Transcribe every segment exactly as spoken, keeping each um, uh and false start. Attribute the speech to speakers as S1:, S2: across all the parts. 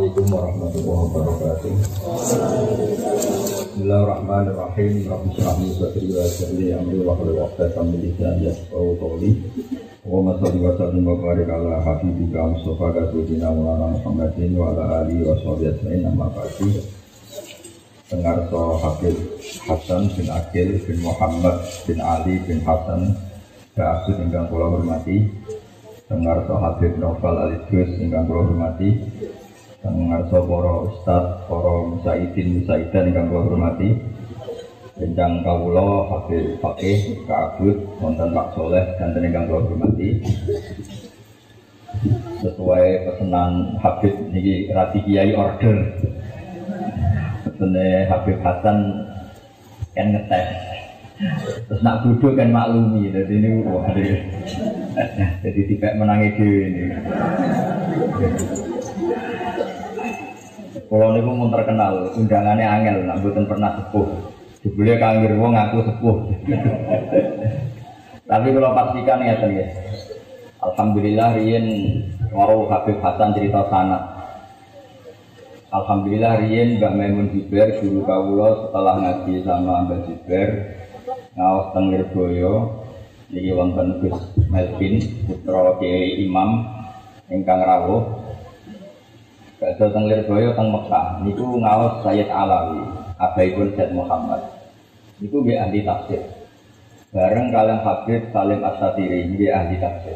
S1: Assalamualaikum warahmatullahi wabarakatuh. Bismillahirrahmanirrahim. Rabbi shrah li sadri wa yassir li amri wahlul 'uqdatam min lisani yafqahu qawli. Allahumma shalli wa sallim wa barik ala habibika Mustafa Rasulina Maulana Muhammadin wa ala alihi wa sahbihi ajma'in. Amma ba'du. Pengarso Habib Hasan bin Akil bin Muhammad bin Ali bin Hasan Ba'abud ingkang kula hormati. Pengarso Habib Novel Al-Idrus ingkang kula hormati. Pengarso para ustaz, para musaidin musaidan ingkang kula hormati. Rencang kawula Habib Fakih Ka'abud wonten Pak Soleh dan ingkang kula hormati. Sesuai pesanan Habib niki rati kiai order. Pesene Habib Hasan kan ngetes. Terus nak duduk kan maklumi, jadi ini wah jadi tidak menangi dhewe ini. Kalau niku mun terkenal undangannya angel, nak mboten pernah sepuh. Jebule kangge wong ngaku sepuh. Tapi kalau pastikan ngeten nggih. Alhamdulillah riyen wau Habib Hasan cerita sanad. Alhamdulillah riyen Mbak Maimun Jiber guru kawula setelah ngaji sama Mbak Jiber ngaos teng Lirboyo niki wonten Gus Melvin putra Kiai Imam ingkang rawuh. Badhe teng Lirboyo teng Mekah niku ngaos Sayyid Alawi, abaipun Sayyid Muhammad. Niku nggih ahli tafsir. Bareng kalian Habib Salim As-Satiri nggih ahli tafsir.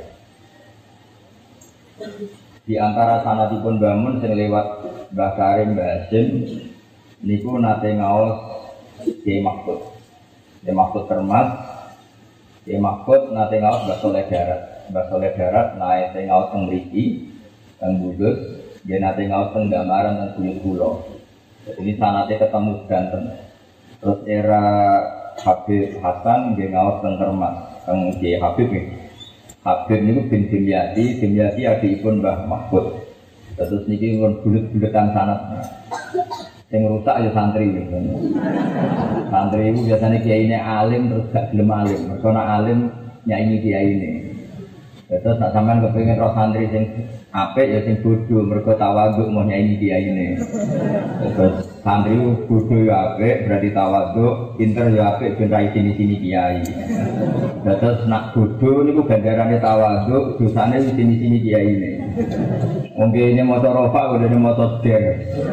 S1: Di antara sanadipun bangun sing lewat Mbah Karim Mbah Hasim niku nate ngaos Kiai Mahfud. Kiai Mahfud Termas, Kiai Mahfud nate ngaos Mbah Soleh Darat. Mbah Soleh Darat nate ngaos teng mriki teng Budus, nggih nate ngaos teng Damaran teng Buyut Kula. Jadi sanate ketemu ganten. Terus era Habib Hasan nggih ngaos teng Termas, teng Kiai Habib nggih. Habib niku bin Dimyati, Dimyati adikipun Mbah Mahfud. Terus niki pun bulet-buletan sanad. Sing rusak ya santri gitu. Santri itu biasanya kiai ini alim terus gak gelem alim. Mergo nek alim nyanyi kiai ini. Terus nak sampean kepengin roh santri sing apik ya sing bodho mergo tawadhu mau nyanyi kiai ini. Terus santri bodho ya apik berarti tawadhu, pinter ya apik ben ra sini-sini kiai. Terus nak bodho niku ganjarane tawadhu, dosane di sini-sini kiai ini. Mungkin ini motor rofa udah motor der.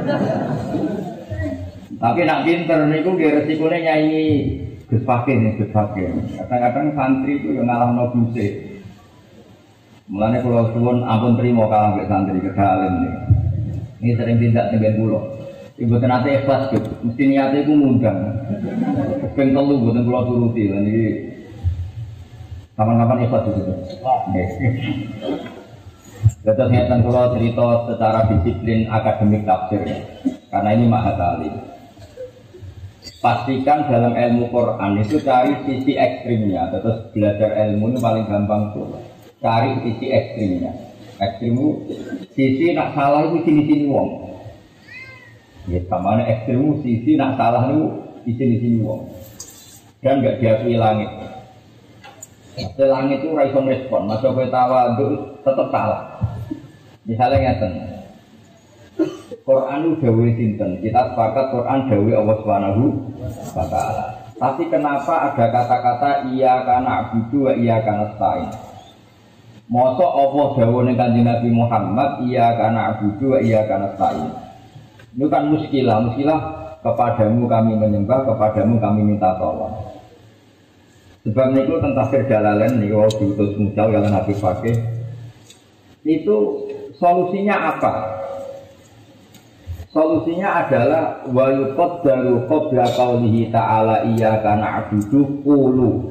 S1: Tapi nak pinter niku nggih resikone nyanyi Gus Fakih nih Gus Fakih. Kadang-kadang santri itu yang ngalahno buse. Mulane kula suwun ampun trimo kalah mek santri kedalam nih. Ini sering tindak tenggen kula. Ibu tenate ikhlas Gus. Mesti niate iku ngundang. Ping telu mboten kula turuti lan iki. Kapan-kapan ikhlas gitu. Nggih. Terus ngeten kula cerita secara disiplin akademik tafsir. Karena ini mahatali. Pastikan dalam ilmu Quran itu cari sisi ekstrimnya. Terus belajar ilmu ini paling gampang tuh. Cari sisi ekstrimnya. Ekstrimu sisi nak salah itu sini-sini wong. Ya sama ekstrimu sisi nak salah itu sini-sini wong. Dan enggak diakui langit. Nah, langit itu raison respon. Masa kowe tawadhu tetap salah. Misalnya ngeten. Quran itu dawuh sinten? Kita sepakat Quran dawuh Allah Subhanahu wa taala. Tapi kenapa ada kata-kata iyyaka na'budu wa iyyaka nasta'in? Mosok Allah dawuh ning Kanjeng Nabi Muhammad iyyaka na'budu wa iyyaka nasta'in. Itu kan muskilah, muskilah kepadamu kami menyembah, kepadamu kami minta tolong. Sebab niku tentang tafsir Jalalain niku diutus Musa kalian Habib Fakih. Itu solusinya apa? Solusinya adalah wa yuqaddaru qabla qaulihi ta'ala iyyaka na'budu qulu.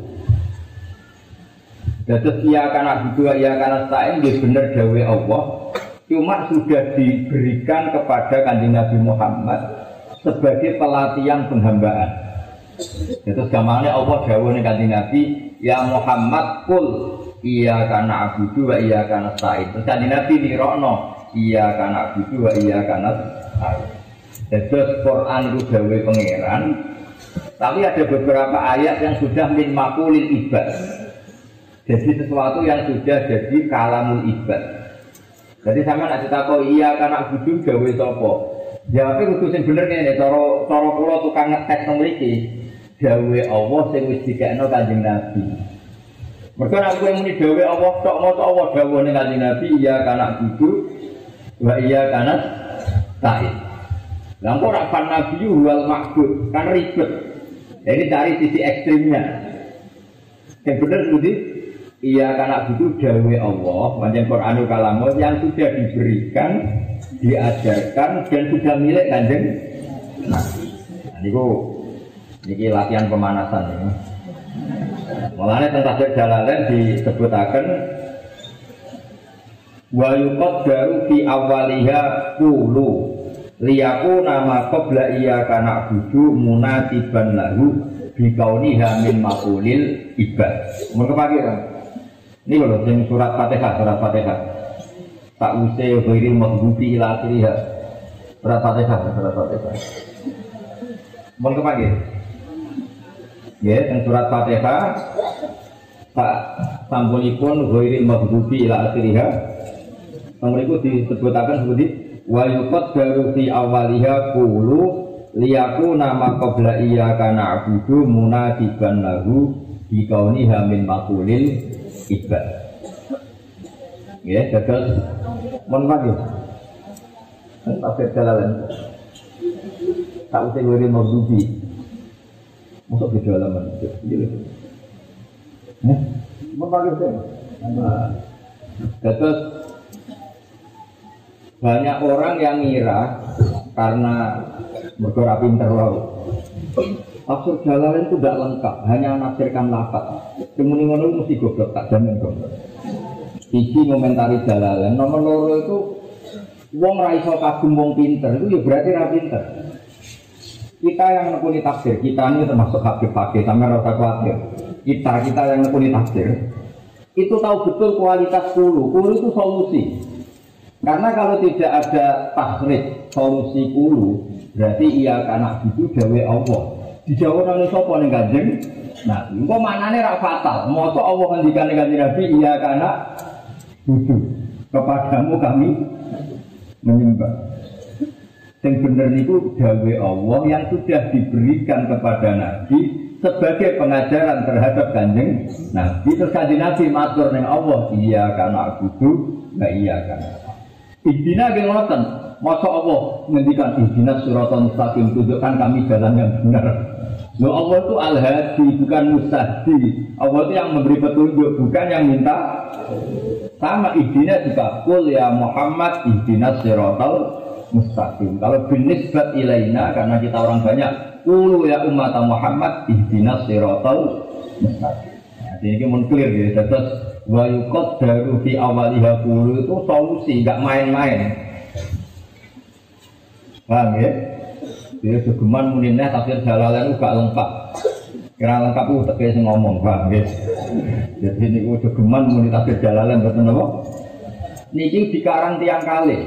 S1: Dados iyyaka na'budu wa iyyaka nasta'in nggih bener dawuh Allah, cuma sudah diberikan kepada Kanjeng Nabi Muhammad sebagai pelatihan penghambaan. Terus gamane Allah dawuh ning Kanjeng Nabi, ya Muhammad qul iyyaka na'budu wa iyyaka nasta'in. Terus Kanjeng Nabi nirokno iyyaka na'budu wa iyyaka nasta'in. Terus Quran itu dawuh pangeran, tapi ada beberapa ayat yang sudah min maqulil ibad. Jadi sesuatu yang sudah jadi kalamul ibad. Jadi sama nak ditakok iya karena kudu gawe sapa. Jawabnya kudu sing bener ngene, cara cara kula tukang ngetes nang mriki. Gawe Allah sing wis dikekno Kanjeng Nabi. Mergo nek kowe muni gawe Allah tok maca Allah dawuhne Kanjeng Nabi iya karena kudu wa iya karena ta'id. Lah kok ora fan Nabi wal ma'bud kan ribet. Jadi cari sisi ekstrimnya. Yang benar seperti iya karena itu dawe Allah, panjang Quranul Kalam yang sudah diberikan, diajarkan dan sudah milik Kanjeng Nabi. Nah, niku niki latihan pemanasan ini. Mulane teng tafsir Jalalain disebutaken wa yuqaddaru fi awwaliha qulu liyaku nama qabla iya kana budu munatiban lahu bikauniha min maqulil ibad. Monggo pagi kan. Ini lho sing surat Fatihah, surat Fatihah. Tak usai ghairil maghdubi ila akhirih. Surat Fatihah, surat Fatihah. Monggo pagi. Ya, sing surat Fatihah tak sampulipun ghairil maghdubi ila akhirih. Monggo disebutaken seperti wa yuqaddaru fi awwaliha qulu liyakuna ma qabla iyyaka na'budu munadiban lahu bi kauniha min maqulil ibad. Ya, gagal mon pagi. Tafsir Jalalain. Tak usah ngori maghdubi. Masuk di halaman. Nah, mon pagi saya. Nah, gagal. Banyak orang yang ngira karena bergerak pinter lalu. Tafsir Jalalain itu tidak lengkap, hanya menafsirkan lafaz. Kemudian ngono mesti goblok, tak jamin goblok. Iki komentari Jalalain nomor loro itu wong ra iso kagum wong pinter itu ya berarti ra pinter. Kita yang menekuni tafsir, kita ini termasuk Habib Fakih, sampai rasa khawatir. Kita kita yang menekuni tafsir itu tahu betul kualitas kulu. Kulu itu solusi. Karena kalau tidak ada tahrij solusi kulu, berarti iya karena itu dawe Allah. Dijawab oleh sapa ning Kanjeng Nabi. Engko maknane ra fatal. Moto Allah ngendikane Kanjeng Nabi iya karena itu kepadamu kami menyembah. Yang benar itu dawe Allah yang sudah diberikan kepada Nabi sebagai pengajaran terhadap Kanjeng Nabi. Terus Kanjeng Nabi matur ning Allah iya karena itu enggak iya karena Ihdina ge ngoten, masa Allah ngendikan ihdina siratal mustaqim, tunjukkan kami jalan yang benar. Loh Allah itu al-hadi bukan mustahdi. Allah itu yang memberi petunjuk bukan yang minta. Sama ihdina juga qul ya Muhammad ihdina siratal mustaqim. Kalau binisbat ilaina karena kita orang banyak, qul ya umat Muhammad ihdina siratal mustaqim. Nah, ini mun clear ya, terus wa yuqaddaru fi awwaliha qulu itu solusi, enggak main-main. Paham ya? Dia segeman muninnya tafsir Jalalain itu gak lengkap. Kira lengkap itu tegese ngomong, paham ya? Jadi niku segeman muni tafsir Jalalain boten apa? Niki dikarang tiang kali.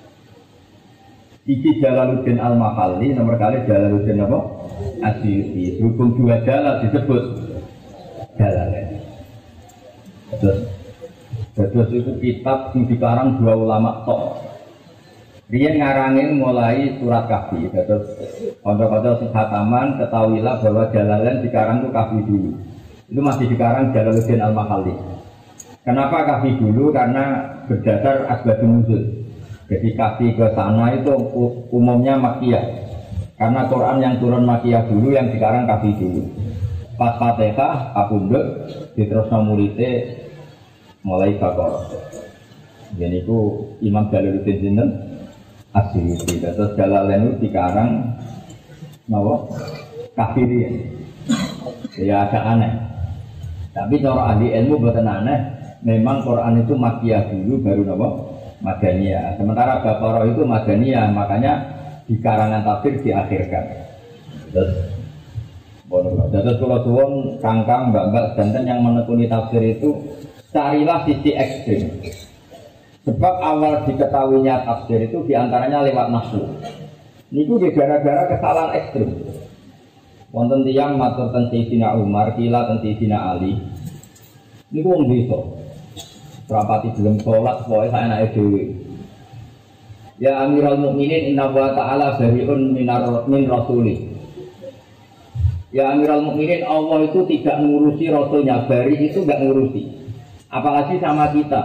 S1: Iki Jalaluddin Al-Mahalli, nomor kali Jalaluddin apa? Asyuti. Hukum dua jalal disebut Jalalain. Terus, terus itu kitab yang dikarang dua ulama tok. Dia ngarangin mulai surat Kahfi. Terus konco-konco si khataman ketahuilah bahwa Jalalain dikarang itu Kahfi dulu. Itu masih dikarang Jalaluddin Al-Mahalli. Kenapa Kahfi dulu? Karena berdasar asbabun nuzul. Jadi Kahfi ke sana itu umumnya Makkiyah. Karena Quran yang turun Makkiyah dulu, yang dikarang Kahfi dulu. Pas Fatihah, kapundhut, diterusno muridé mulai Baqarah. Jadi itu Imam Jalaluddin sinten Asyuti. Terus Jalalain itu dikarang napa? Kafirin. Ya agak aneh. Tapi cara ahli ilmu boten aneh. Memang Quran itu Makkiyah dulu baru napa? Madaniyah. Sementara Baqarah itu Madaniyah, makanya di karangan tafsir diakhirkan. Terus bonus. Terus kalau suwun kangkang mbak-mbak danten yang menekuni tafsir itu carilah sisi ekstrim. Sebab awal diketahuinya tafsir itu diantaranya lewat nafsu. Niku gara-gara kesalahan ekstrim. Wonten tiyang matur ten Sayyidina Umar, kila ten Sayyidina Ali. Niku wong desa. rapati belum sholat, pokoknya saya naik dewi. Ya Amirul Mukminin, inna wa ta'ala bari'un minar min rasuli. Ya Amirul Mukminin, Allah itu tidak ngurusi rasulnya, bari itu tidak ngurusi. Apalagi sama kita.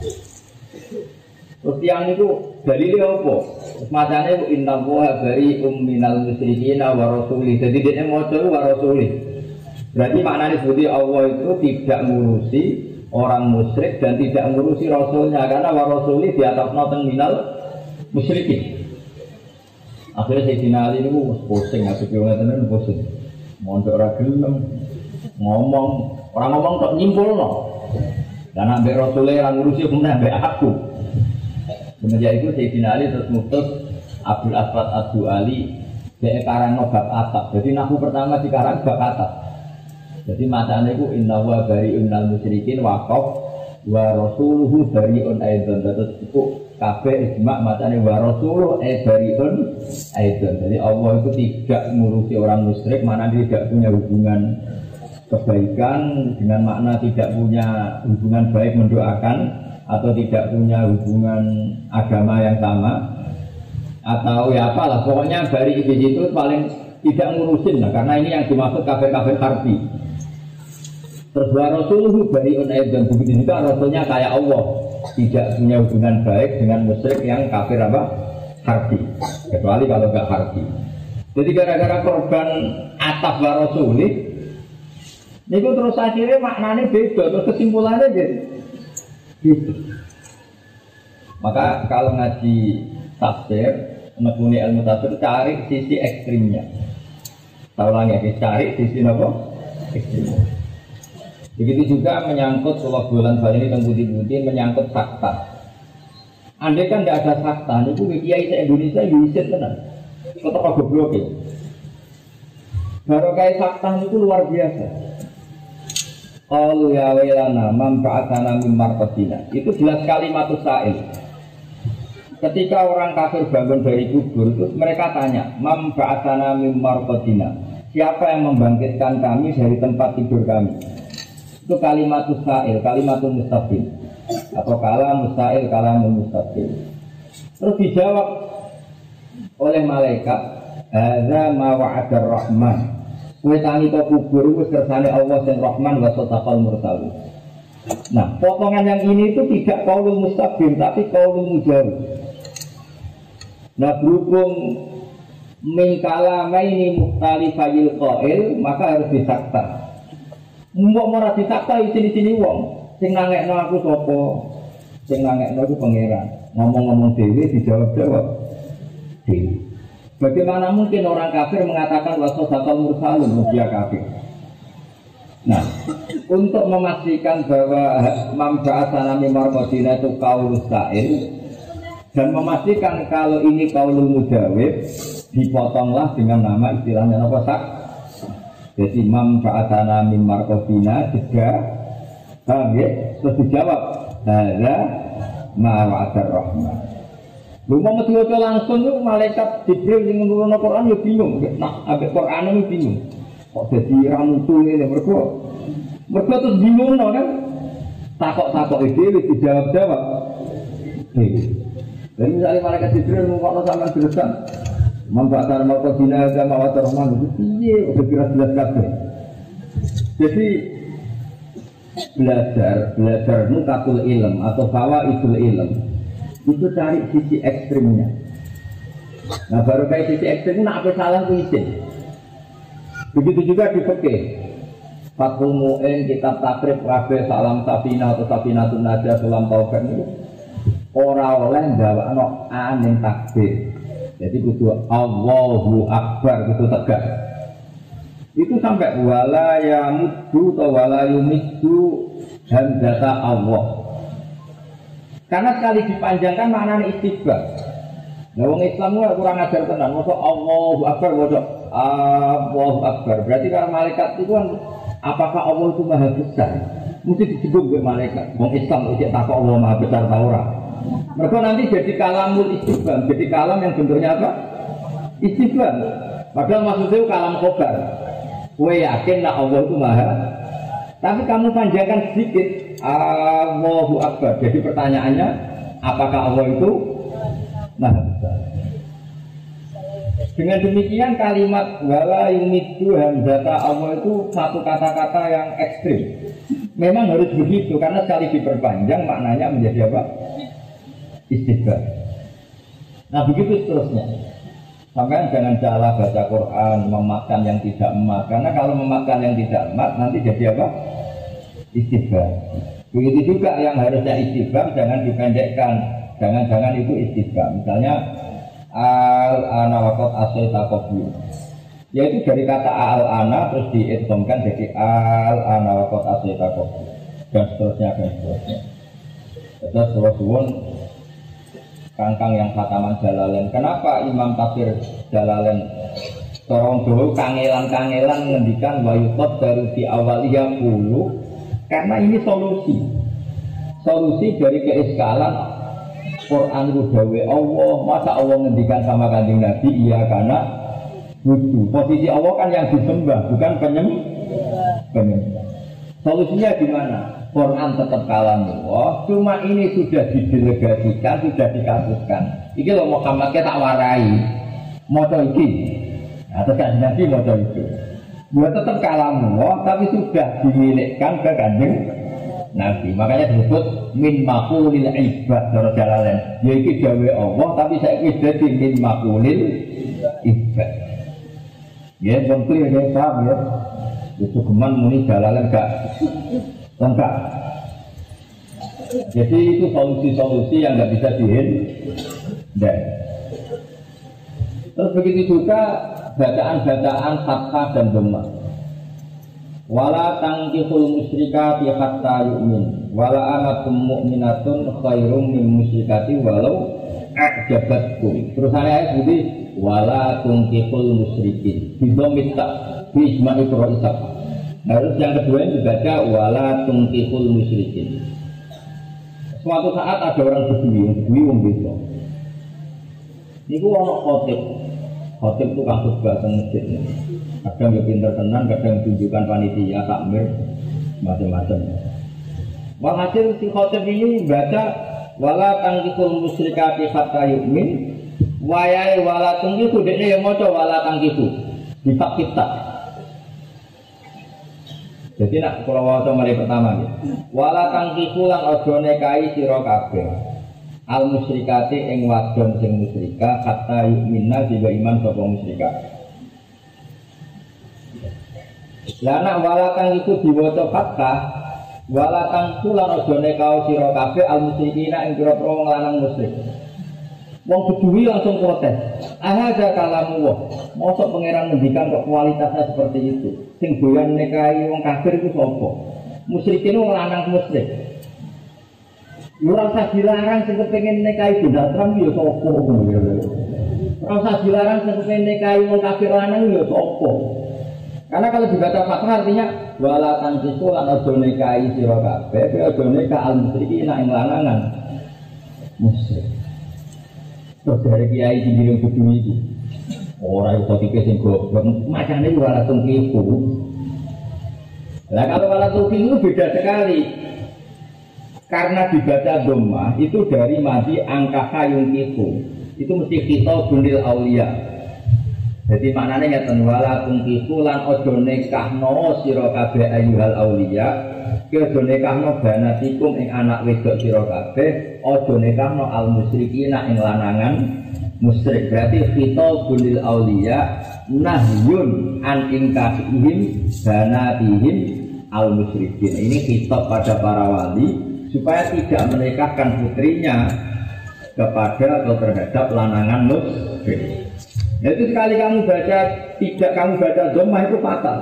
S1: Terus yang itu dalilnya apa? Macamnya inna wa bari'un minal musyrikin wa rasuli. Jadi dia mau coba wa rasuli. Berarti maknanya seperti Allah itu tidak ngurusi orang musyrik dan tidak ngurusi rasulnya, karena wa rasuli di atas noteng minal musyrikin. Akhirnya Sayyidina Ali itu pusing, aku bilang tenan pusing. Mondok ora gelem ngomong, orang ngomong tok nyimpulno. Dan ambek Rasulullah ora ngurusi kemudian ambek aku. Semenjak itu Sayyidina Ali terus mutus Abdul Aswad Ad-Du'ali dia karang bab atap. Jadi nahu pertama dikarang bab atap. Jadi macamnya itu inna wa bari'un minal musyrikin waqaf wa rasuluhu bari'un aidan. Terus itu kabeh ijma' macamnya wa rasuluhu bari'un aidan. Jadi Allah itu tidak mengurusi orang musyrik, mana dia tidak punya hubungan kebaikan dengan makna tidak punya hubungan baik mendoakan atau tidak punya hubungan agama yang sama atau ya apalah, pokoknya dari iblis itu paling tidak ngurusin lah, karena ini yang dimaksud kafir-kafir harbi. Terus wa rasuluhu bari'un aidan, begitu juga rasulnya kayak Allah tidak punya hubungan baik dengan musyrik yang kafir apa? Harbi, kecuali kalau enggak harbi. Jadi gara-gara korban atap wa rasulih niku terus akhirnya maknanya beda, terus kesimpulannya jadi gitu. Maka kalau ngaji tafsir, menekuni ilmu tafsir, cari sisi ekstrimnya. Tahu lagi, cari sisi apa? Ekstrimnya. Begitu juga menyangkut kalau bulan balik ini tembudi-budi menyangkut fakta. Andai kan tidak ada fakta, itu kiai Indonesia bisa tenan. Kotor goblok ya. Baru kayak fakta itu luar biasa. Qalu ya wailana man ba'atsana min marqatina. Itu jelas kalimat sa'il. Ketika orang kafir bangun dari kubur itu mereka tanya, "Man ba'atsana min marqatina?" Siapa yang membangkitkan kami dari tempat tidur kami? Itu kalimat sa'il, kalimat mustaqim. Atau kalam musta'il, kalam mustaqim. Terus dijawab oleh malaikat, "Hadza ma wa'ada ar-Rahman." Kowe tangi kok kubur wis kersane Allah sing Rahman wa Sotaqal Mursalin. Nah, potongan yang ini itu tidak qaulul mustaqim tapi qaulul mujawib. Nah, berhubung min kalamaini mukhtalifayil qail, maka harus disakta. Mbok ora disakta iki-iki wong sing nangekno aku sapa? Sing nangekno iku pangeran. Ngomong-ngomong dhewe dijawab-jawab dhewe. Bagaimana mungkin orang kafir mengatakan wasodaqal mursalun, dia kafir. Nah, untuk memastikan bahwa mamba'asana mimar Madinah itu qaulus sa'il dan memastikan kalau ini qaulul mujawib, dipotonglah dengan nama istilahnya apa sak. Jadi mamba'asana mimar Madinah juga paham ya? Terus dijawab hadza ma wa'adar rahman. Lu mau diwaca langsung tuh malaikat Jibril yang menurunkan Quran ya bingung. Nah, abis Quran itu bingung. Kok jadi ramutu ini mereka? Mereka terus bingung no, kan? Takok-takok itu dijawab-jawab. Dan misalnya malaikat Jibril mengkona sama jurusan Membakar Malkodina agama Watar Rahman itu iya, udah jelas-jelas kabeh. Jadi belajar, belajar nukatul ilm atau fawa idul ilm itu cari sisi ekstrimnya. Nah baru kayak sisi ekstrimnya, nak apa salah itu izin. Begitu juga di fikih. Fathul Mu'in, kitab takrib, kabeh salam Safina atau Safinatun Najah, salam Taubat itu ora oleh gawa no aning takbir. Jadi kudu Allahu Akbar gitu tegak. Itu sampai wala yamuddu atau wala yumiddu hamzata Allah. Karena sekali dipanjangkan maknanya istighfar. Nah, orang Islam itu kurang ajar tenan. Masa Allahu Akbar, masa Allahu Akbar. Berarti kalau malaikat itu kan, apakah Allah itu maha besar? Mesti disebut oleh malaikat. Orang Islam itu takut Allah maha besar atau ora. Mereka nanti jadi kalamul istighfar. Jadi kalam yang bentuknya apa? Istighfar. Padahal maksudnya kalam khobar. Kowe yakin lah Allah itu maha. Tapi kamu panjangkan sedikit. Allahu Akbar. Jadi pertanyaannya, apakah Allah itu Maha Besar? Dengan demikian kalimat wala yumidu hamzata Allah itu satu kata-kata yang ekstrim. Memang harus begitu karena sekali diperpanjang maknanya menjadi apa? Istighfar. Nah begitu seterusnya. Sampai jangan salah baca Quran, memakan yang tidak emat. Karena kalau memakan yang tidak emat nanti jadi apa? Istighfar. Begitu juga yang harusnya istighfar jangan dipendekkan. Jangan-jangan itu istighfar. Misalnya al-ana waqad asaita qablu. Yaitu dari kata al-ana terus diidghamkan jadi al-ana waqad asaita qablu. Dan seterusnya dan seterusnya. Terus suwun kangkang yang khataman Jalalain. Kenapa Imam Tafsir Jalalain Torong dulu kangelan-kangelan ngendikan wayutot baru di awalnya puluh? Karena ini solusi. Solusi dari keiskalan Quran rudawe Allah. Masa Allah ngendikan sama kanjeng Nabi iya karena butuh. Posisi Allah kan yang disembah bukan penyembah. Solusinya di mana? Quran tetap kalamullah, cuma ini sudah didelegasikan, sudah dikasuskan. Iki loh Muhammad kita tak warai, moco iki, atau kan Nabi moco itu. Buat tetap kalamullah, tapi sudah dimilikkan ke kanjeng Nabi. Makanya disebut min makulil ibad cara Jalalain. Yaitu dawe Allah, tapi saya sudah di min makulil ibad. Ya, tentu ya paham ya. Itu keman muni Jalalain gak lengkap. Jadi itu solusi-solusi yang nggak bisa dihindari. Terus begitu juga bacaan-bacaan fathah dan dhamma. Wala tangkihul musyrikati hatta yu'min. Wala amatum mu'minatun khairum min musyrikati walau a'jabatkum. Terus ayat ini wala tangkihul musyrikin. Bidhamit tak bi ijma'i qur'an. Harus yang kedua ini dibaca wala tungkihul musyrikin. Suatu saat ada orang berdui, berdui wong desa. Niku ana khotib. Khotib itu kan khutbah teng masjid. Kadang ya pinter tenan, kadang tunjukkan panitia takmir macam-macam. Walhasil si khotib ini baca wala tungkihul musyrikati hatta yu'min. Wayahe wala tungkihu dekne ya maca wala tungkihu. Bisa kita. Jadi nak kalau waktu mari pertama ni, wala tangkiku lan ojo nekai siro kabeh al musyrikati ing wadon sing musyrika hatta yu'minna juga iman sapa musyrika. Lah nak wala tangkiku diwaca fathah, wala tangkiku lan ojo nekao siro kabeh al musyrikina ing pira-pira wong lanang musyrik. Wong bedui langsung protes. Ahada kalamu wah. Mosok pangeran ngendikan kok kualitasnya seperti itu. Sing doyan nikahi wong kafir itu sapa? Musyrikin wong lanang musyrik. Ora usah dilarang sing kepengin nikahi Donald Trump ya sapa? Ora usah dilarang sing kepengin nikahi wong kafir lanang ya sapa? Karena kalau dibaca fathah artinya wala tanqisu lan aja nikahi sira kabeh, aja nikah al musyrikin ing lanangan musyrik. Terus dari kiai di bilang kedua itu orang itu ketika sing goblok macam ini wala tungkiku. Lah kalau wala tungkiku beda sekali karena dibaca dhamma itu dari madi angka hayung kiku itu mesti kita bundil aulia. Jadi maknanya ngeten wala tungkiku lan ojo nekahno sira kabeh ayyuhal aulia. Ojo nekahno banatikum ing anak wedok sira kabeh, ojo nekahno al musyrikina ing lanangan musyrik. Berarti khitabul lil auliya nahyun an inkahihim banatihim al musyrikin. Ini khitab pada para wali supaya tidak menikahkan putrinya kepada atau terhadap lanangan musyrik. Jadi sekali kamu baca tidak kamu baca dhamma itu fatal.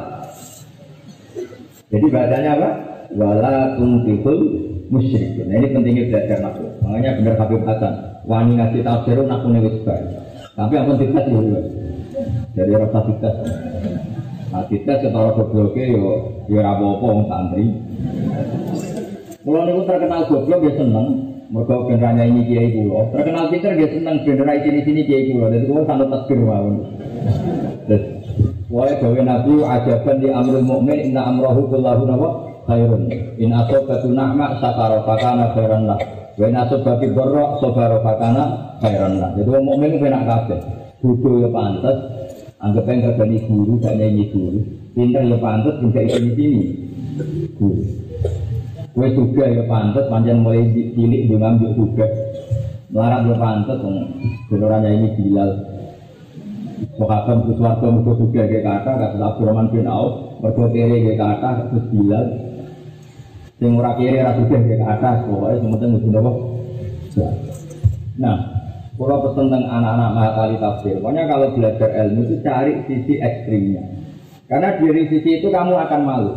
S1: Jadi bacanya apa? Wala tunkihul musyrikin. Nah, ini pentingnya belajar nafsu. Makanya benar Habib Hasan, wani ngasih tafsir nak punya wisbar. Tapi apa tidak sih dulu? Dari rasa kita, nah kita setara gobloknya yo yo rapopo orang santri. Kalau niku terkenal goblok dia seneng, mereka beneranya ini kiai kulo. Terkenal pinter dia seneng benerai sini sini kiai kulo. Jadi kulo sangat takbir mawon. Wahai gawe Nabi ajaban di amrul mukmin inna amrahu kullahu nawa khairun. In asabatu na'ma sakara fakana khairan lah. Wa in asabati dharra sabara fakana khairan lah. Jadi wong mukmin ku enak kabeh. Bodho ya pantes, anggap yang kerjani guru, gak nyanyi guru. Pinter ya pantes, tidak isi-isi guru. Kue juga ya pantes, panjang mulai cilik dia ngambil juga. Melarat ya pantes, beneran ini Bilal. Sohakam sesuatu muka juga ke kata, kata Abdurrahman bin Auf, mergo kere ke kata, terus Bilal. Sing ora kere ora juga ke kata, pokoknya semuanya mesti apa? Nah, kalau pesan tentang anak-anak mahakali tafsir, pokoknya kalau belajar ilmu itu cari sisi ekstrimnya. Karena dari sisi itu kamu akan malu.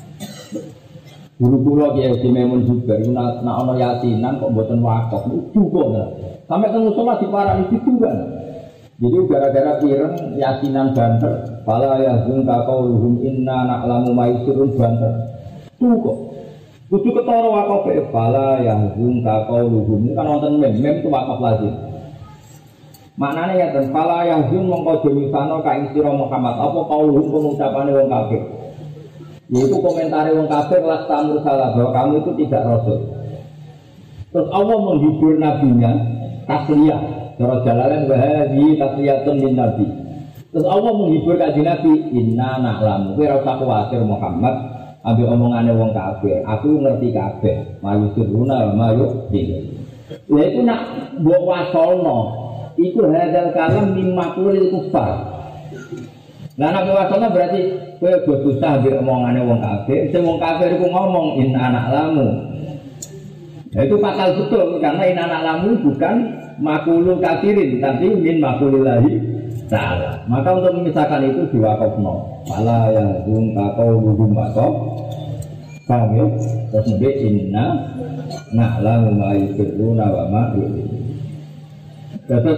S1: Guru-guru ya di Memun juga, itu nak nak ono yasinan kok buatan wakaf, itu juga lah. Sampai temu sholat di parah itu juga. Jadi gara-gara pireng yasinan banter, pala ya zungka kauluhum inna na'lamu ma'isirun banter. Juga. Kudu ketara wakaf e, pala ya zungka kauluhum ini kan wonten mem, mem itu wakaf lagi. Maknanya ya dan pala yang zung mongko jemisano ka ing sira Muhammad apa kauluhum pengucapane wong kafir. Yaitu komentari wong kafir las tamur salah bahwa kamu itu tidak rasul. Terus Allah menghibur nabinya tasliyah, cara Jalalain wahdi tasliyatun lin nabi. Terus Allah menghibur kanjeng Nabi, inna na'lamu kowe ora usah kuwatir Muhammad ambil omongane wong kafir. Aku ngerti kabeh, mayusiruna mayusin. Lha iku nak mbok wasolno, iku hadal kalam mimma kulil kufar. Lah nek wasolno berarti kowe kudu susah mbek omongane wong kafir, sing wong kafir iku ngomong in anak lamu. Nah, itu fatal betul karena in anak lamu bukan makulu kafirin tapi min makulillahi ta'ala. Maka untuk memisahkan itu diwakafno. Fala yang zung kakau luhum wakaf. Paham ya? Terus nabi inna na'lamu ma yusirruna wa ma yu'lin. Terus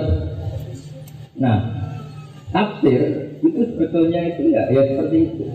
S1: nah tafsir itu sebetulnya itu ya, ya seperti itu.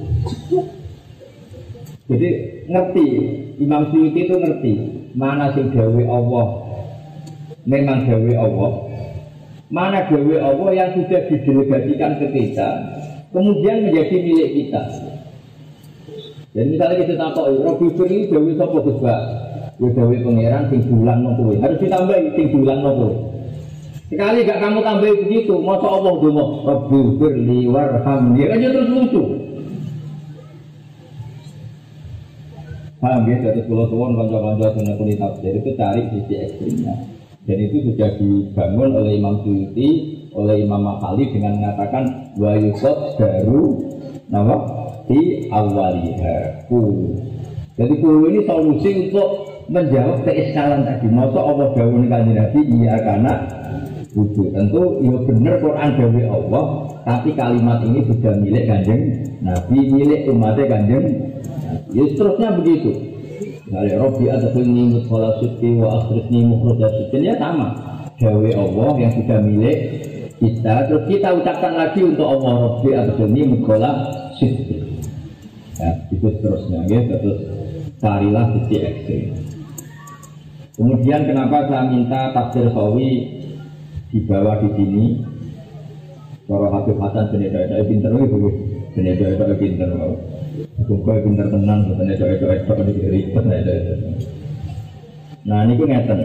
S1: Jadi ngerti, Imam Suyuti itu ngerti mana sing dawuh Allah memang dawuh Allah, mana dawuh Allah yang sudah didelegasikan ke kita, kemudian menjadi milik kita. Jadi misalnya kita takut, Robi Firi dawuh sapa Gus Bak? Ya dawuh pangeran sing dulang nang kowe. Harus ditambah sing dulang nang kowe. Sekali gak kamu tambah begitu, masa Allah donga, Rabbi firli warhamni. Ya kan terus lucu. Paham ya, dari pulau tuan kanca-kanca sunnah kulit tafsir itu cari sisi ekstrimnya. Dan itu sudah dibangun oleh Imam Suyuti, oleh Imam Makhali dengan mengatakan wa yusad daru nama di awaliha kulu. Jadi kulu ini solusi untuk menjawab keiskalan tadi. Masa Allah dawuh kanjeng Nabi iya karena wujud. Tentu ya benar Quran dawuh Allah, tapi kalimat ini sudah milik kanjeng Nabi, milik umatnya kanjeng. Ya seterusnya begitu. Dari Rabbi adkhilni mudkhala sidqi wa akhrijni mukhraja sidqin ya sama. Dawuh Allah yang sudah milik kita, terus kita ucapkan lagi untuk Allah Rabbi adkhilni mudkhala sidqi. Ya, itu seterusnya ya, terus carilah sisi ekstrim. Kemudian kenapa saya minta tafsir Sawi dibawa di sini? Para Habib Hasan bener-bener pinter itu, bener-bener pinter. Bukan pintar tenang, bukan itu-itu-itu itu ribet itu. Nah ini pun ngeten.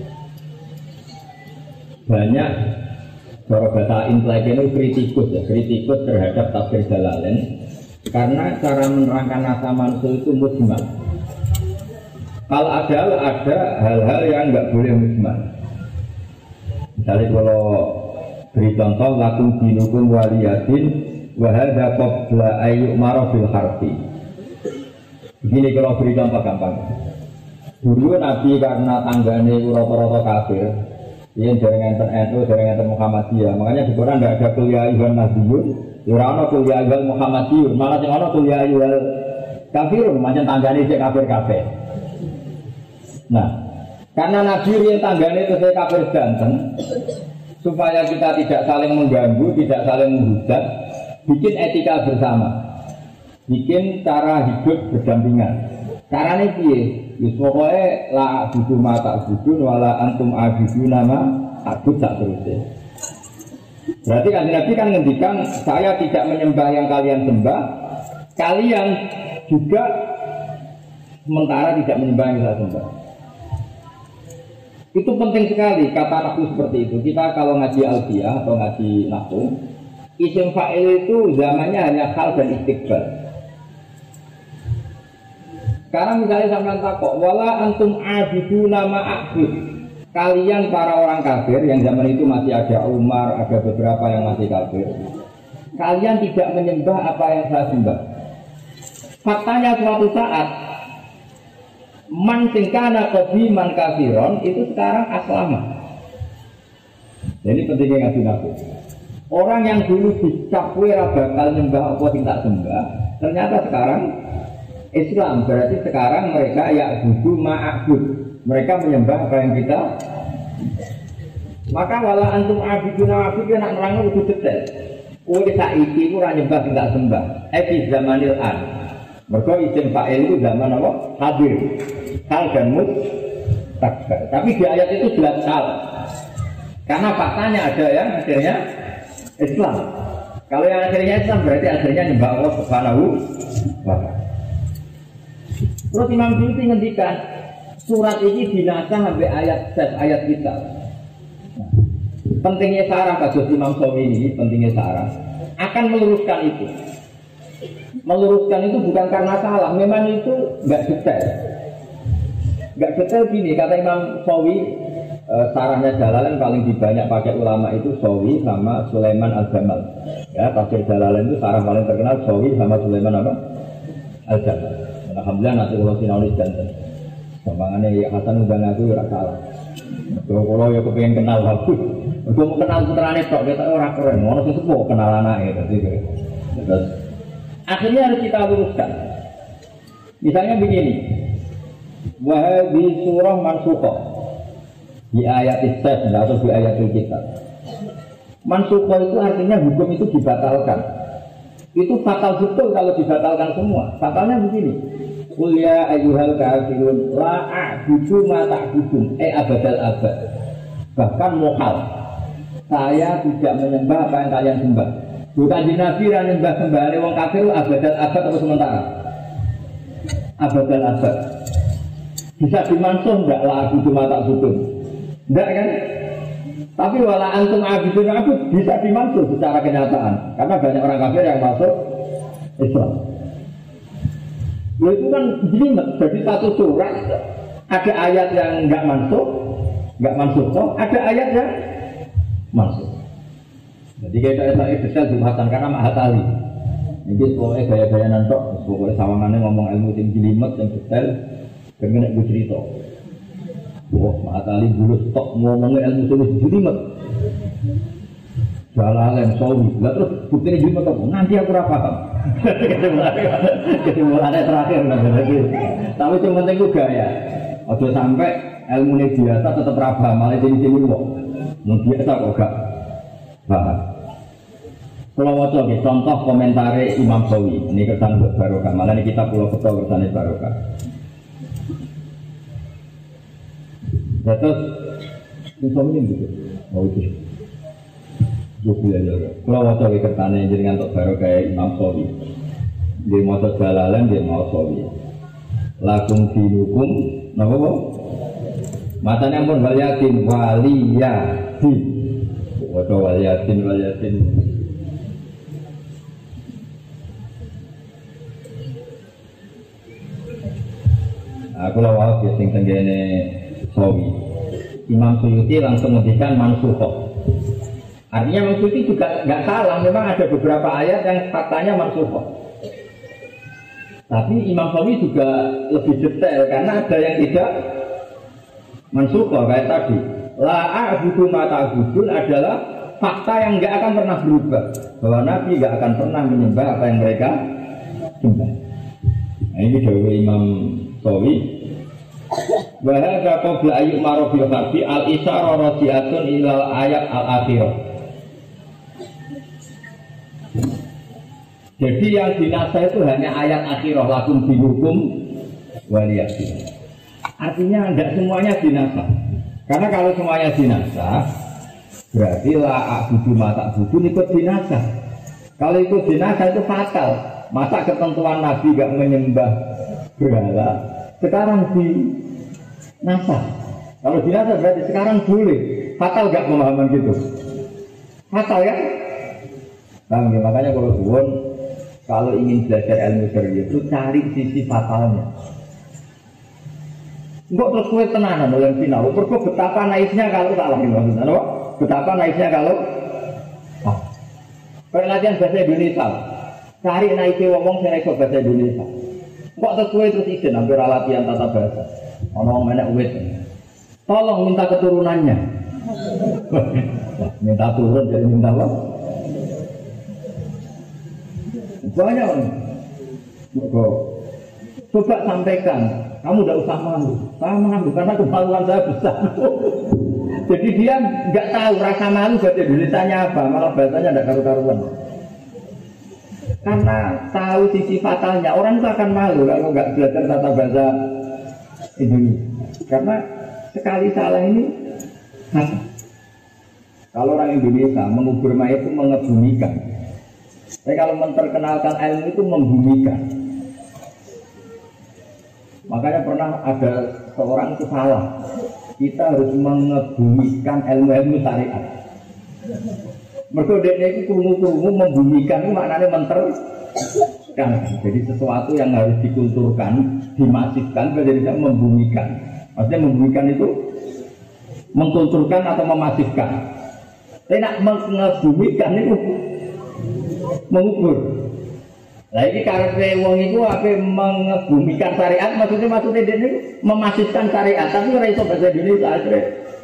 S1: Banyak cara bahasa intelektual itu kritikus ya, kritikus terhadap tafsir Jalalain karena cara menerangkan nasa manusia itu mujmal. Kalau ada ada hal-hal yang nggak boleh mujmal. Misalnya kalau beri contoh lakum dinukum waliyatin wahada qabla ayyuk marafil harfi. Begini kalau beri contoh gampang. Dulu Nabi karena tanggane rata-rata kafir, yang jaringan N U, jaringan Muhammadiyah, makanya di Quran tidak ada kuliah Iwan Nabiyun, yurana kuliah Iwan Muhammadiyun, malah yang ada kuliah Iwan kafirun, macam tanggane cek kafir-kafir. Nah, karena Nabi yang tanggane itu saya kafir ganteng, supaya kita tidak saling mengganggu, tidak saling menghujat, bikin etika bersama, bikin cara hidup berdampingan. Caranya piye? Wis pokoke la budu mata budun wala antum abidu nama abud tak terus. Berarti kan Nabi kan ngendikan saya tidak menyembah yang kalian sembah, kalian juga sementara tidak menyembah yang kita sembah. Itu penting sekali kata nahwu seperti itu. Kita kalau ngaji alfiyah atau ngaji nahwu, isim fa'il itu zamannya hanya hal dan istiqbal. Sekarang misalnya sampean takok, wala antum abiduna ma'abud. Kalian para orang kafir yang zaman itu masih ada Umar, ada beberapa yang masih kafir. Kalian tidak menyembah apa yang saya sembah. Faktanya suatu saat man singkana qadiman kafiron itu sekarang aslama. Jadi pentingnya ngaji nafsu. Orang yang dulu dicap ora bakal nyembah apa sing tak sembah, ternyata sekarang Islam. Berarti sekarang mereka ya budu ma'abud. Mereka menyembah apa yang kita. Maka wala antum abiduna abid nak nerangno kudu detail. Kowe saiki ku ora nyembah sing tak sembah. Eki zamanil an. Mergo isim fa'il itu zaman apa? Hadir. Hal dan mustakbar. Tapi di ayat itu jelas hal. Karena faktanya ada yang akhirnya Islam. Kalau yang akhirnya Islam berarti akhirnya nyembah Allah Subhanahu wa ta'ala. Terus Imam Suyuti ngendikan surat ini dinasah sampai ayat set ayat kita. Nah, pentingnya sarah kasus Imam Sawi ini, pentingnya sarah akan meluruskan itu. Meluruskan itu bukan karena salah, memang itu nggak detail. Nggak detail gini, kata Imam Sawi, e, sarahnya Jalalain paling dibanyak pakai ulama itu Sawi sama Sulaiman Al-Jamal. Ya, tafsir Jalalain itu sarah paling terkenal Sawi sama Sulaiman apa? Al-Jamal. Alhamdulillah nanti kalau sinaulis jantan. Gampangannya ya Hasan udah ngaku ya salah. Kalau ya kepengen kenal bagus, untuk mau kenal putrane tok kita orang keren, mau sesepuh kenal anaknya gitu. Terus akhirnya harus kita luruskan. Misalnya begini, wahai surah mansukah di ayat istas atau di ayat kitab. Mansukah itu artinya hukum itu dibatalkan. Itu fatal betul kalau dibatalkan semua. Fatalnya begini. Qul ya ayyuhal kafirun la a'budu ma ta'budun eh abadal abad. Bahkan muhal. Saya tidak menyembah apa yang kalian sembah. Bukan di Nabi yang menyembah sembahane wong kafir abadal abad atau sementara. Abadal abad. Bisa dimansuh enggak la a'budu ma ta'budun. Enggak kan? Tapi wala antum abidun abud bisa dimansuh secara kenyataan. Karena banyak orang kafir yang masuk Islam. Itu kan jelimet, jadi satu surat ada ayat yang enggak masuk, enggak masuk, oh, ada ayat yang masuk. Jadi kita itu besar jumatan karena mahatali. Jadi pokoknya gaya-gaya nantok, pokoknya sawangannya ngomong ilmu yang jelimet yang detail, kemudian gue cerita. Wah, mahatali dulu stok ngomongnya ilmu yang jelimet. Jalalain Sawi, lah terus buktinya jelimet apa? Nanti aku rapaham. Kesimpulannya terakhir nanti. Tapi yang penting juga ya, ojo sampai ilmu ini biasa tetap rabah malah jadi jadi kok. Mau biasa kok gak paham. Kalau waca nggih contoh komentar Imam Sawi ini kesan barokah. Malah ini kita pulau betul kesan barokah. Ya terus Imam ini gitu. Oh itu. Kalau mau coba kertanya jenengan untuk baru kayak Imam Sawi, dia mau coba Jalalain dia mau Sawi. Lakum dinukum, nama apa? Matanya pun waliyatin waliyatin, waduh waliyatin waliyatin. Aku lawak ya sing tenggene Sawi. Imam Suyuti langsung menghentikan mansukhah. Artinya maksud itu juga nggak salah, memang ada beberapa ayat yang faktanya mansukhah. Tapi Imam Sawi juga lebih detail karena ada yang tidak mansukhah kayak tadi. La a'budu ma ta'budun adalah fakta yang nggak akan pernah berubah, bahwa Nabi nggak akan pernah menyembah apa yang mereka sembah. Nah, ini dawuh Imam Sawi. Wa hadza qabla ayyub marobil harbi al-isyara radiatun ilal ayat al-akhirah. Jadi yang dinasah itu hanya ayat akhirah lakum dihukum waliyatin. Artinya tidak semuanya dinasah. Karena kalau semuanya dinasah, berarti la a'budu ma ta'budun ikut dinasah. Kalau ikut dinasah itu fatal. Masa ketentuan Nabi enggak menyembah berhala,
S2: sekarang di NASA. Kalau di NASA berarti sekarang boleh. Fatal gak pemahaman gitu? Fatal ya? Nah, makanya kalau suwon, kalau ingin belajar ilmu serius itu cari sisi fatalnya. Enggak terus kue tenanan oleh sinau. Berko betapa naifnya kalau salah maksudnya, no? Betapa naifnya kalau ah. Latihan bahasa Indonesia. Cari naifnya ngomong saya ikut bahasa Indonesia. Enggak terus kue terus izin hampir latihan tata bahasa. Ono menek wit. Tolong minta keturunannya. Minta turun jadi minta apa? Banyak orang. Coba sampaikan, kamu tidak usah malu. Saya malu karena kemaluan saya besar. Jadi dia nggak tahu rasa malu bahasa Indonesianya apa, malah bahasanya tidak karu-karuan. Karena tahu sisi fatalnya, orang itu akan malu kalau nggak belajar tata bahasa Indonesia. Karena sekali salah ini, kalau orang Indonesia mengubur mayat itu mengebumikan. Tapi kalau memperkenalkan ilmu itu membumikan. Makanya pernah ada seorang itu salah. Kita harus mengebumikan ilmu-ilmu syariat. Mergo dekne itu krungu-krungu membumikan itu maknanya menterkan. Jadi sesuatu yang harus dikulturkan, dimasifkan, jadi membumikan. Maksudnya membumikan itu mengkulturkan atau memasifkan. Tapi nak mengebumikan itu mengubur. Nah ini karena wong itu apa mengebumikan syariat, maksudnya maksudnya dia ini memasifkan syariat, tapi ora iso bahasa Indonesia aja.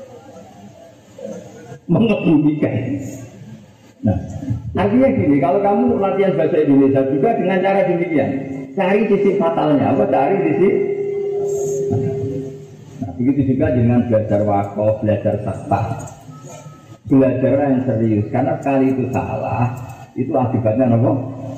S2: Mengebumikan. Nah, artinya gini, kalau kamu latihan bahasa Indonesia juga dengan cara demikian, cari sisi fatalnya, apa cari sisi. Nah, begitu juga dengan belajar wakaf, belajar sastra, belajar yang serius, karena sekali itu salah. Itu akibatnya apa?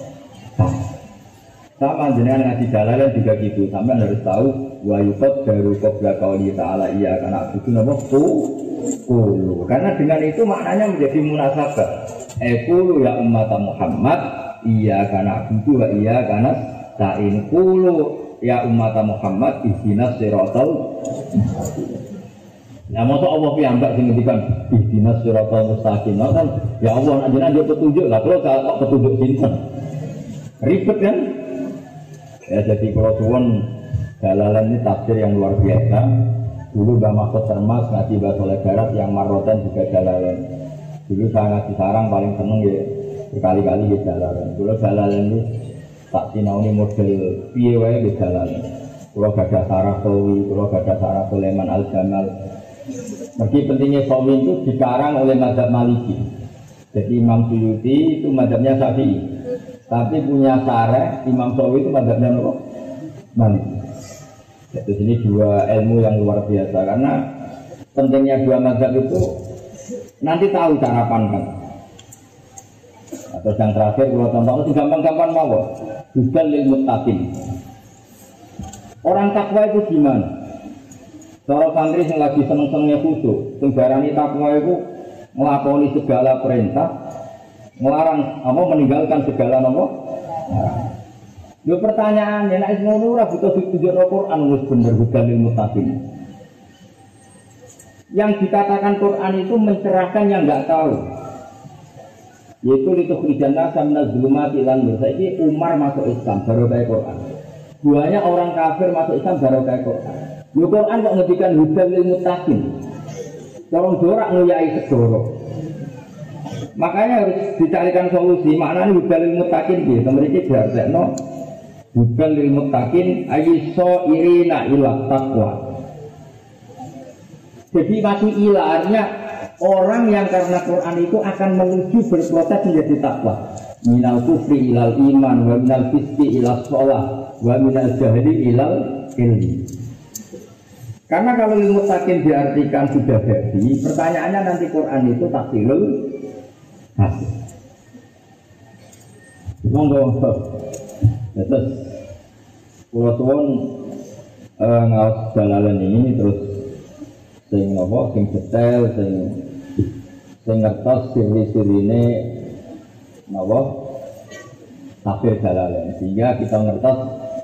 S2: Sama jenengan ngaji jalalan juga gitu. Sampai harus tahu wa yuqad daru qabla qauli ta'ala iya karena itu apa? Qulu. Karena dengan itu maknanya menjadi munasabah. Eh qulu ya umat Muhammad iya karena itu wa iya karena ta'in qulu ya umat Muhammad ihdinas siratal mustaqim. Ya masa Allah piyambak sing ngendikan ihdinas siratal mustaqim kan ya Allah anjenengan dia petunjuk lah kalau kok petunjuk sinten ribet kan ya jadi kalau suwon dalalan ini tafsir yang luar biasa dulu Mbah Mahfud Termas ngaji bahasa Barat yang Marotan juga dalalan dulu saya ngaji sarang paling seneng ya berkali-kali ya dalalan dulu dalalan ini tak sinauni model piye wae ya dalalan kalau gada sarah Sawi kalau gada sarah Sulaiman Al-Jamal. Meski pentingnya Sawi itu dikarang oleh mazhab Maliki. Jadi Imam Suyuti itu mazhabnya Syafi'i. Tapi punya sareh Imam Sawi itu mazhabnya apa? Maliki. Jadi ini dua ilmu yang luar biasa karena pentingnya dua mazhab itu nanti tahu cara pandang. Atau yang terakhir kalau contoh itu gampang-gampang mau. Hudal lil muttaqin. Orang takwa itu gimana? Kalau santri yang lagi seneng-senengnya khusyuk, tenggarani takwa itu melakoni segala perintah, melarang, apa meninggalkan segala apa? Yo pertanyaan, ya nek ngono ora butuh ditunjuk Al-Qur'an wis bener hudalil muttaqin. Yang dikatakan Quran itu mencerahkan yang enggak tahu. Yaitu itu khrijana samna zulumati lan nur. Saiki Umar masuk Islam baru kayak Quran. Buahnya orang kafir masuk Islam baru kayak Quran. Yo Quran kok ngendikan hudalil muttaqin. Dorong dorak nguyai segoro. Makanya harus dicarikan solusi. Maknanya hudalil muttaqin gitu. Mereka diartekno hudalil muttaqin ayiso irina ila taqwa. Jadi mati ila artinya orang yang karena Quran itu akan menuju berproses menjadi takwa. Minal kufri ilal iman, wa minal fiski ilal sholah, wa minal jahili ilal ilmi. Karena kalau ilmu takin diartikan sudah jadi, pertanyaannya nanti Quran itu takdirul hasil. Monggo, terus pulau tuan ngawas jalalan ini terus sing apa, sing detail, sing sing ngertos siri-sirine apa tafsir jalalan sehingga kita ngertos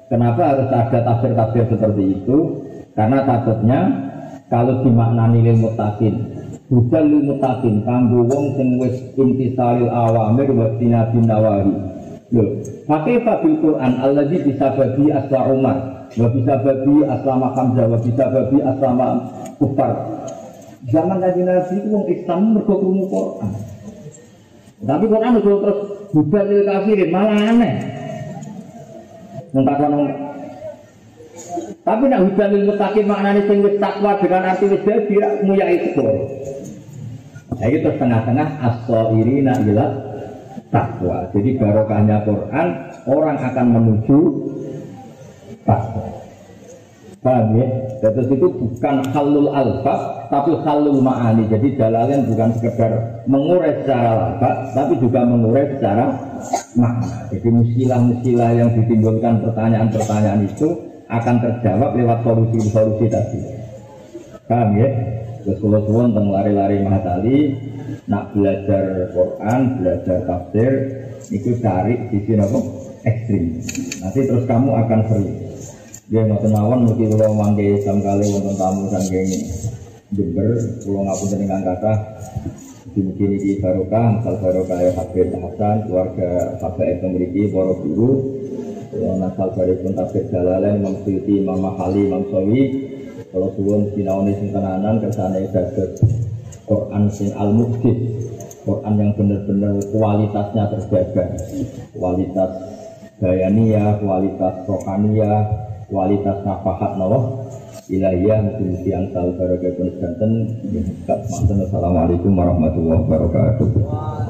S2: Kenapa harus ada tafsir-tafsir seperti itu? Karena takutnya kalau dimaknani lil muttaqin, hudal lil muttaqin kanggo wong sing wis intisalil awamir wa tinabin nawahi. Lho, pakai bil Quran allazi bisa babi asla Umar, wa bisa babi aslama Hamzah, wa bisa babi aslama Kufar. Zaman Nabi Nabi itu wong Islam mergo krungu Quran. Tapi Quran itu terus hudal lil kafirin malah aneh. Mengatakan tapi nak hudal lil muttaqin maknane sing wis takwa dengan arti wis dadi rak muyai sekor. Nah itu tengah-tengah as-sairina ila takwa. Jadi barokahnya Quran orang akan menuju takwa. Paham ya? Terus itu bukan halul alfaz tapi halul ma'ani. Jadi dalalen bukan sekedar mengurai secara lafaz tapi juga mengurai secara makna. Jadi musilah-musilah yang ditimbulkan pertanyaan-pertanyaan itu akan terjawab lewat solusi-solusi tadi. Paham ya? Terus kalau suwun tentang lari-lari Mahatali nak belajar Quran, belajar tafsir itu cari sisi apa? Ekstrim. Nanti terus kamu akan free. Dia mau tenawan mungkin kalau mangke jam kali wonten tamu sanggeng Jember, kalau ngapun dengan kata mungkin ini barokah, misal barokah ya Habib Hasan, keluarga Habib yang memiliki para guru, kalau nasal baripun tafsir Jalalain, Imam Suyuti, Imam Mahali, Imam Sawi, kalau suwun sinaune sing tenanan kersane dados Quran sing al-muqdis, Quran yang benar-benar kualitasnya terjaga, kualitas bayaniyah, kualitas rohaniyah, kualitas nafahat nawa ilahiyah mesti yang sal barokah pun danten. Assalamualaikum warahmatullahi wabarakatuh.